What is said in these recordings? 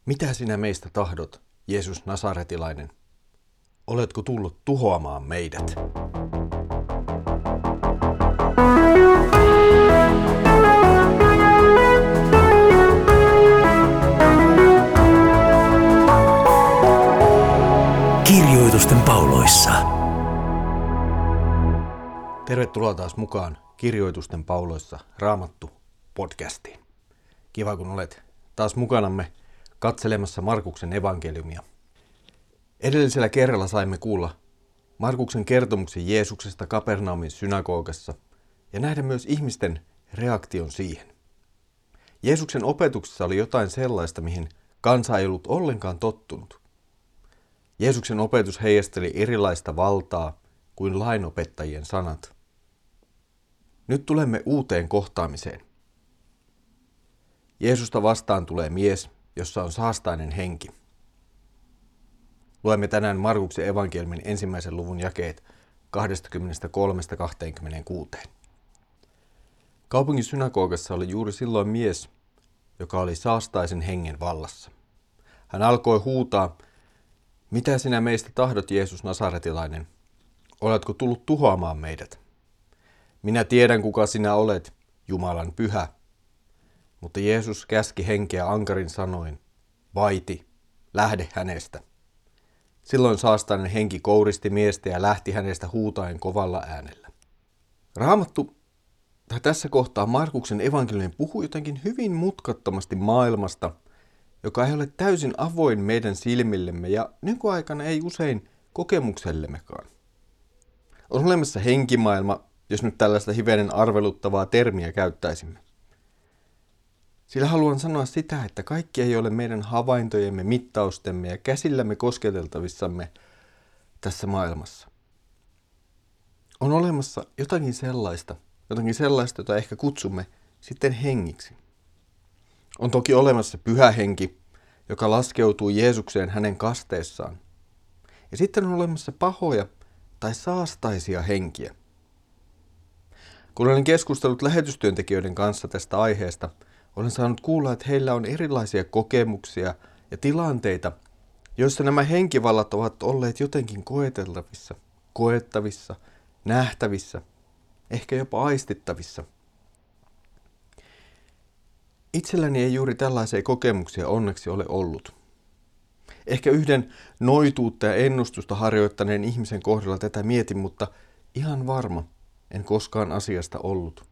Mitä sinä meistä tahdot, Jeesus Nasaretilainen? Oletko tullut tuhoamaan meidät? Kirjoitusten pauloissa. Tervetuloa taas mukaan Kirjoitusten pauloissa Raamattu podcastiin. Kiva kun olet taas mukanamme katselemassa Markuksen evankeliumia. Edellisellä kerralla saimme kuulla Markuksen kertomuksen Jeesuksesta Kapernaumin synagogassa ja nähdä myös ihmisten reaktion siihen. Jeesuksen opetuksessa oli jotain sellaista, mihin kansa ei ollut ollenkaan tottunut. Jeesuksen opetus heijasteli erilaista valtaa kuin lainopettajien sanat. Nyt tulemme uuteen kohtaamiseen. Jeesusta vastaan tulee mies, jossa on saastainen henki. Luemme tänään Markuksen evankeliumin 1. luvun jakeet 23-26. Kaupungin synagogassa oli juuri silloin mies, joka oli saastaisen hengen vallassa. Hän alkoi huutaa: "Mitä sinä meistä tahdot, Jeesus Nasaretilainen? Oletko tullut tuhoamaan meidät? Minä tiedän, kuka sinä olet, Jumalan pyhä." Mutta Jeesus käski henkeä ankarin sanoin: "Vaiti, lähde hänestä." Silloin saastainen henki kouristi miestä ja lähti hänestä huutaen kovalla äänellä. Raamattu, tai tässä kohtaa Markuksen evankeliumi, puhuu jotenkin hyvin mutkattomasti maailmasta, joka ei ole täysin avoin meidän silmillemme ja nykyaikana ei usein kokemuksellemmekaan. On olemassa henkimaailma, jos nyt tällaista hivenen arveluttavaa termiä käyttäisimme. Sillä haluan sanoa sitä, että kaikki ei ole meidän havaintojemme, mittaustemme ja käsillämme kosketeltavissamme tässä maailmassa. On olemassa jotakin sellaista, jota ehkä kutsumme sitten hengiksi. On toki olemassa pyhä henki, joka laskeutuu Jeesukseen hänen kasteessaan. Ja sitten on olemassa pahoja tai saastaisia henkiä. Kun olen keskustellut lähetystyöntekijöiden kanssa tästä aiheesta, olen saanut kuulla, että heillä on erilaisia kokemuksia ja tilanteita, joissa nämä henkivallat ovat olleet jotenkin koettavissa, nähtävissä, ehkä jopa aistittavissa. Itselläni ei juuri tällaisia kokemuksia onneksi ole ollut. Ehkä yhden noituutta ja ennustusta harjoittaneen ihmisen kohdalla tätä mietin, mutta ihan varma en koskaan asiasta ollut.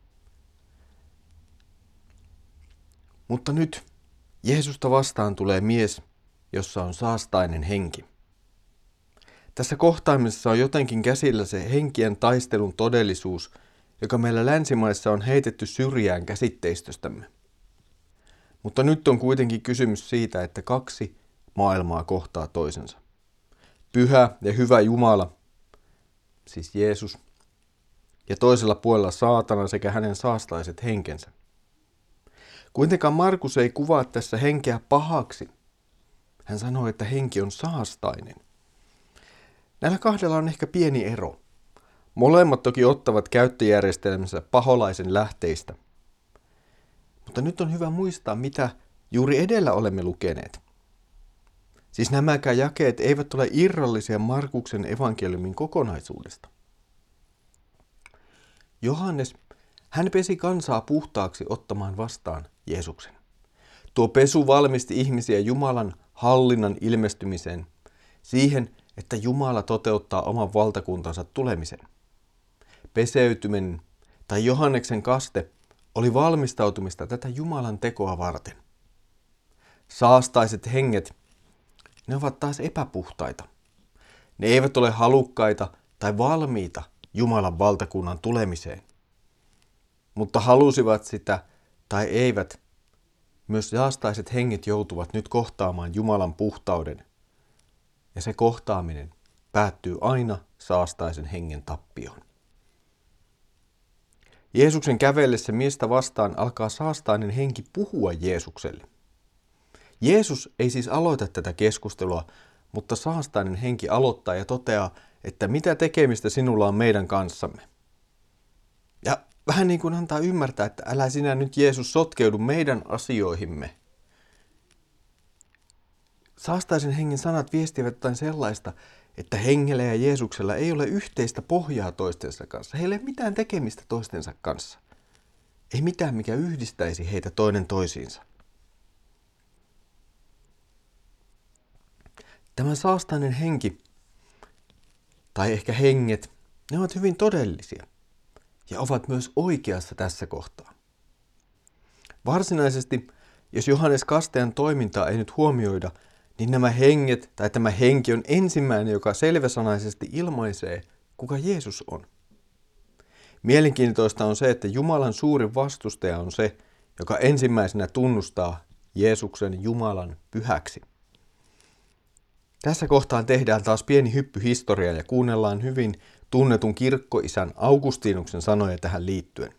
Mutta nyt Jeesusta vastaan tulee mies, jossa on saastainen henki. Tässä kohtaamisessa on jotenkin käsillä se henkien taistelun todellisuus, joka meillä länsimaissa on heitetty syrjään käsitteistöstämme. Mutta nyt on kuitenkin kysymys siitä, että kaksi maailmaa kohtaa toisensa. Pyhä ja hyvä Jumala, siis Jeesus, ja toisella puolella saatana sekä hänen saastaiset henkensä. Kuitenkaan Markus ei kuvaa tässä henkeä pahaksi. Hän sanoo, että henki on saastainen. Näillä kahdella on ehkä pieni ero. Molemmat toki ottavat käyttöjärjestelmänsä paholaisen lähteistä. Mutta nyt on hyvä muistaa, mitä juuri edellä olemme lukeneet. Siis nämäkään jakeet eivät ole irrallisia Markuksen evankeliumin kokonaisuudesta. Johannes, hän pesi kansaa puhtaaksi ottamaan vastaan Jeesuksen. Tuo pesu valmisti ihmisiä Jumalan hallinnan ilmestymiseen, siihen, että Jumala toteuttaa oman valtakuntansa tulemisen. Peseytyminen tai Johanneksen kaste oli valmistautumista tätä Jumalan tekoa varten. Saastaiset henget, ne ovat taas epäpuhtaita. Ne eivät ole halukkaita tai valmiita Jumalan valtakunnan tulemiseen. Mutta halusivat sitä tai eivät, myös saastaiset henget joutuvat nyt kohtaamaan Jumalan puhtauden. Ja se kohtaaminen päättyy aina saastaisen hengen tappioon. Jeesuksen kävellessä miestä vastaan alkaa saastainen henki puhua Jeesukselle. Jeesus ei siis aloita tätä keskustelua, mutta saastainen henki aloittaa ja toteaa, että mitä tekemistä sinulla on meidän kanssamme. Ja vähän niin kuin antaa ymmärtää, että älä sinä nyt Jeesus sotkeudu meidän asioihimme. Saastaisen hengen sanat viestivät jotain sellaista, että hengellä ja Jeesuksella ei ole yhteistä pohjaa toistensa kanssa. Heillä ei ole mitään tekemistä toistensa kanssa. Ei mitään, mikä yhdistäisi heitä toinen toisiinsa. Tämä saastainen henki, tai ehkä henget, ne ovat hyvin todellisia ja ovat myös oikeassa tässä kohtaa. Varsinaisesti, jos Johannes Kastajan toimintaa ei nyt huomioida, niin nämä henget tai tämä henki on ensimmäinen, joka selväsanaisesti ilmaisee, kuka Jeesus on. Mielenkiintoista on se, että Jumalan suurin vastustaja on se, joka ensimmäisenä tunnustaa Jeesuksen Jumalan pyhäksi. Tässä kohtaa tehdään taas pieni hyppy historiaa ja kuunnellaan hyvin tunnetun kirkkoisän Augustinuksen sanoja tähän liittyen.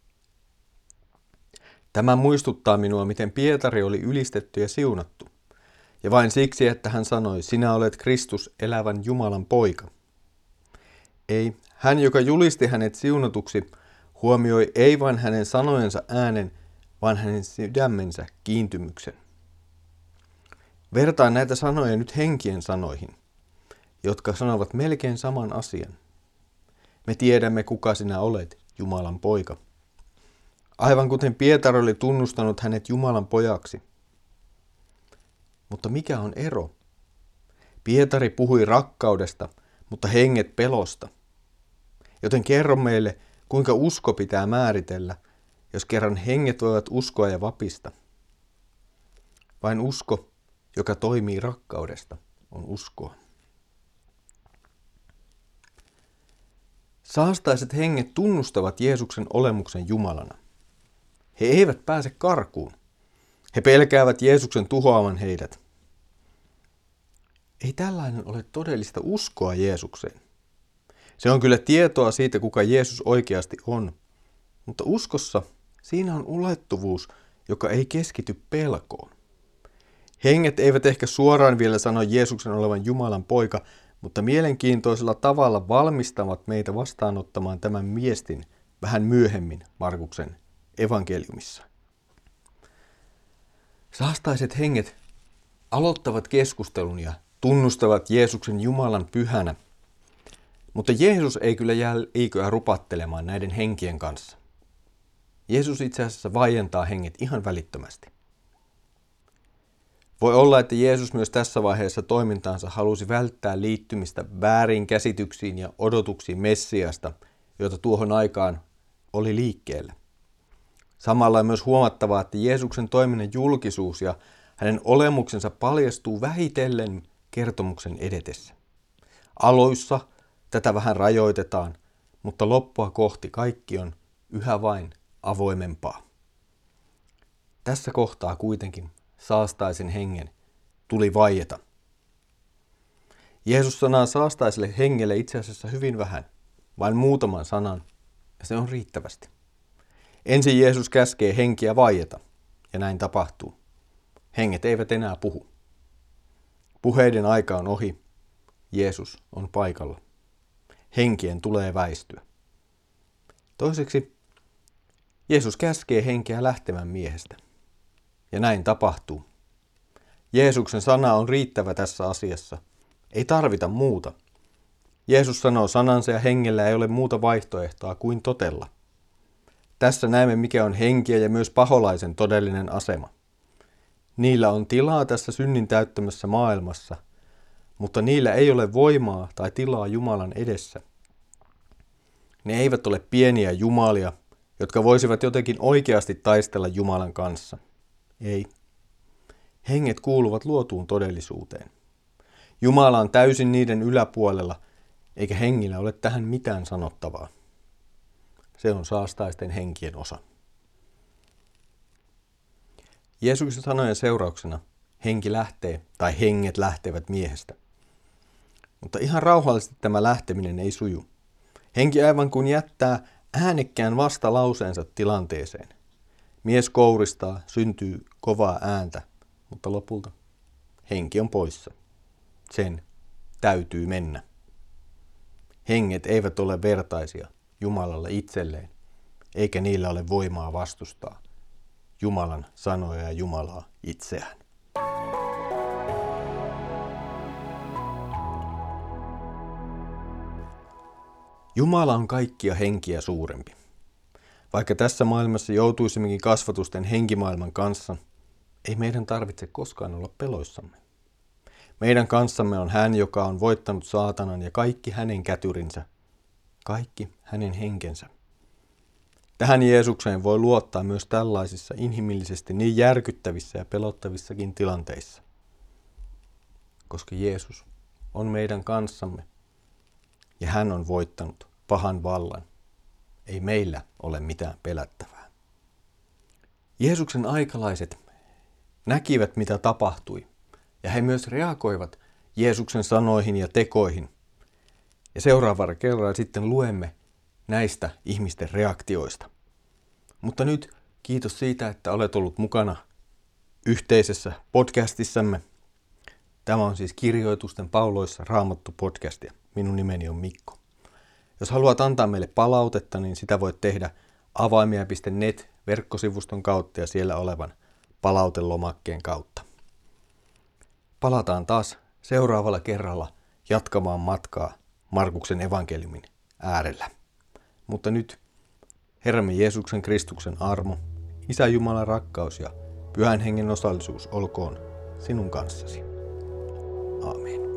Tämä muistuttaa minua, miten Pietari oli ylistetty ja siunattu. Ja vain siksi, että hän sanoi, sinä olet Kristus, elävän Jumalan poika. Ei, hän, joka julisti hänet siunatuksi, huomioi ei vain hänen sanojensa äänen, vaan hänen sydämensä kiintymyksen. Vertaan näitä sanoja nyt henkien sanoihin, jotka sanovat melkein saman asian. Me tiedämme, kuka sinä olet, Jumalan poika. Aivan kuten Pietari oli tunnustanut hänet Jumalan pojaksi. Mutta mikä on ero? Pietari puhui rakkaudesta, mutta henget pelosta. Joten kerro meille, kuinka usko pitää määritellä, jos kerran henget voivat uskoa ja vapista. Vain usko, joka toimii rakkaudesta, on uskoa. Saastaiset henget tunnustavat Jeesuksen olemuksen Jumalana. He eivät pääse karkuun. He pelkäävät Jeesuksen tuhoavan heidät. Ei tällainen ole todellista uskoa Jeesukseen. Se on kyllä tietoa siitä, kuka Jeesus oikeasti on. Mutta uskossa siinä on ulottuvuus, joka ei keskity pelkoon. Henget eivät ehkä suoraan vielä sano Jeesuksen olevan Jumalan poika, mutta mielenkiintoisella tavalla valmistavat meitä vastaanottamaan tämän viestin vähän myöhemmin Markuksen evankeliumissa. Saastaiset henget aloittavat keskustelun ja tunnustavat Jeesuksen Jumalan pyhänä, mutta Jeesus ei kyllä jää liikoja rupattelemaan näiden henkien kanssa. Jeesus itse asiassa vaientaa henget ihan välittömästi. Voi olla, että Jeesus myös tässä vaiheessa toimintaansa halusi välttää liittymistä väärin käsityksiin ja odotuksiin Messiasta, joita tuohon aikaan oli liikkeellä. Samalla on myös huomattavaa, että Jeesuksen toiminnan julkisuus ja hänen olemuksensa paljastuu vähitellen kertomuksen edetessä. Aloissa tätä vähän rajoitetaan, mutta loppua kohti kaikki on yhä vain avoimempaa. Tässä kohtaa kuitenkin saastaisen hengen tuli vaieta. Jeesus sanaa saastaiselle hengelle itse asiassa hyvin vähän, vain muutaman sanan, ja se on riittävästi. Ensin Jeesus käskee henkiä vaieta, ja näin tapahtuu. Henget eivät enää puhu. Puheiden aika on ohi. Jeesus on paikalla. Henkien tulee väistyä. Toiseksi Jeesus käskee henkeä lähtemään miehestä. Ja näin tapahtuu. Jeesuksen sana on riittävä tässä asiassa. Ei tarvita muuta. Jeesus sanoo sanansa ja hengellä ei ole muuta vaihtoehtoa kuin totella. Tässä näemme, mikä on henkiä ja myös paholaisen todellinen asema. Niillä on tilaa tässä synnin täyttämässä maailmassa, mutta niillä ei ole voimaa tai tilaa Jumalan edessä. Ne eivät ole pieniä jumalia, jotka voisivat jotenkin oikeasti taistella Jumalan kanssa. Ei. Henget kuuluvat luotuun todellisuuteen. Jumala on täysin niiden yläpuolella, eikä hengillä ole tähän mitään sanottavaa. Se on saastaisten henkien osa. Jeesuksen sanojen seurauksena henki lähtee tai henget lähtevät miehestä. Mutta ihan rauhallisesti tämä lähteminen ei suju. Henki aivan kuin jättää äänekkään vastalauseensa tilanteeseen. Mies kouristaa, syntyy kovaa ääntä, mutta lopulta henki on poissa. Sen täytyy mennä. Henget eivät ole vertaisia Jumalalle itselleen, eikä niillä ole voimaa vastustaa Jumalan sanoja ja Jumalaa itseään. Jumala on kaikkia henkiä suurempi. Vaikka tässä maailmassa joutuisimmekin kasvatusten henkimaailman kanssa, ei meidän tarvitse koskaan olla peloissamme. Meidän kanssamme on hän, joka on voittanut saatanan ja kaikki hänen kätyrinsä, kaikki hänen henkensä. Tähän Jeesukseen voi luottaa myös tällaisissa inhimillisesti niin järkyttävissä ja pelottavissakin tilanteissa. Koska Jeesus on meidän kanssamme ja hän on voittanut pahan vallan, ei meillä ole mitään pelättävää. Jeesuksen aikalaiset näkivät, mitä tapahtui, ja he myös reagoivat Jeesuksen sanoihin ja tekoihin. Ja seuraavalla kerralla sitten luemme näistä ihmisten reaktioista. Mutta nyt kiitos siitä, että olet ollut mukana yhteisessä podcastissamme. Tämä on siis Kirjoitusten pauloissa Raamattu podcast ja minun nimeni on Mikko. Jos haluat antaa meille palautetta, niin sitä voit tehdä avaimia.net verkkosivuston kautta ja siellä olevan palautelomakkeen kautta. Palataan taas seuraavalla kerralla jatkamaan matkaa Markuksen evankeliumin äärellä. Mutta nyt Herramme Jeesuksen Kristuksen armo, Isä Jumalan rakkaus ja Pyhän Hengen osallisuus olkoon sinun kanssasi. Aamen.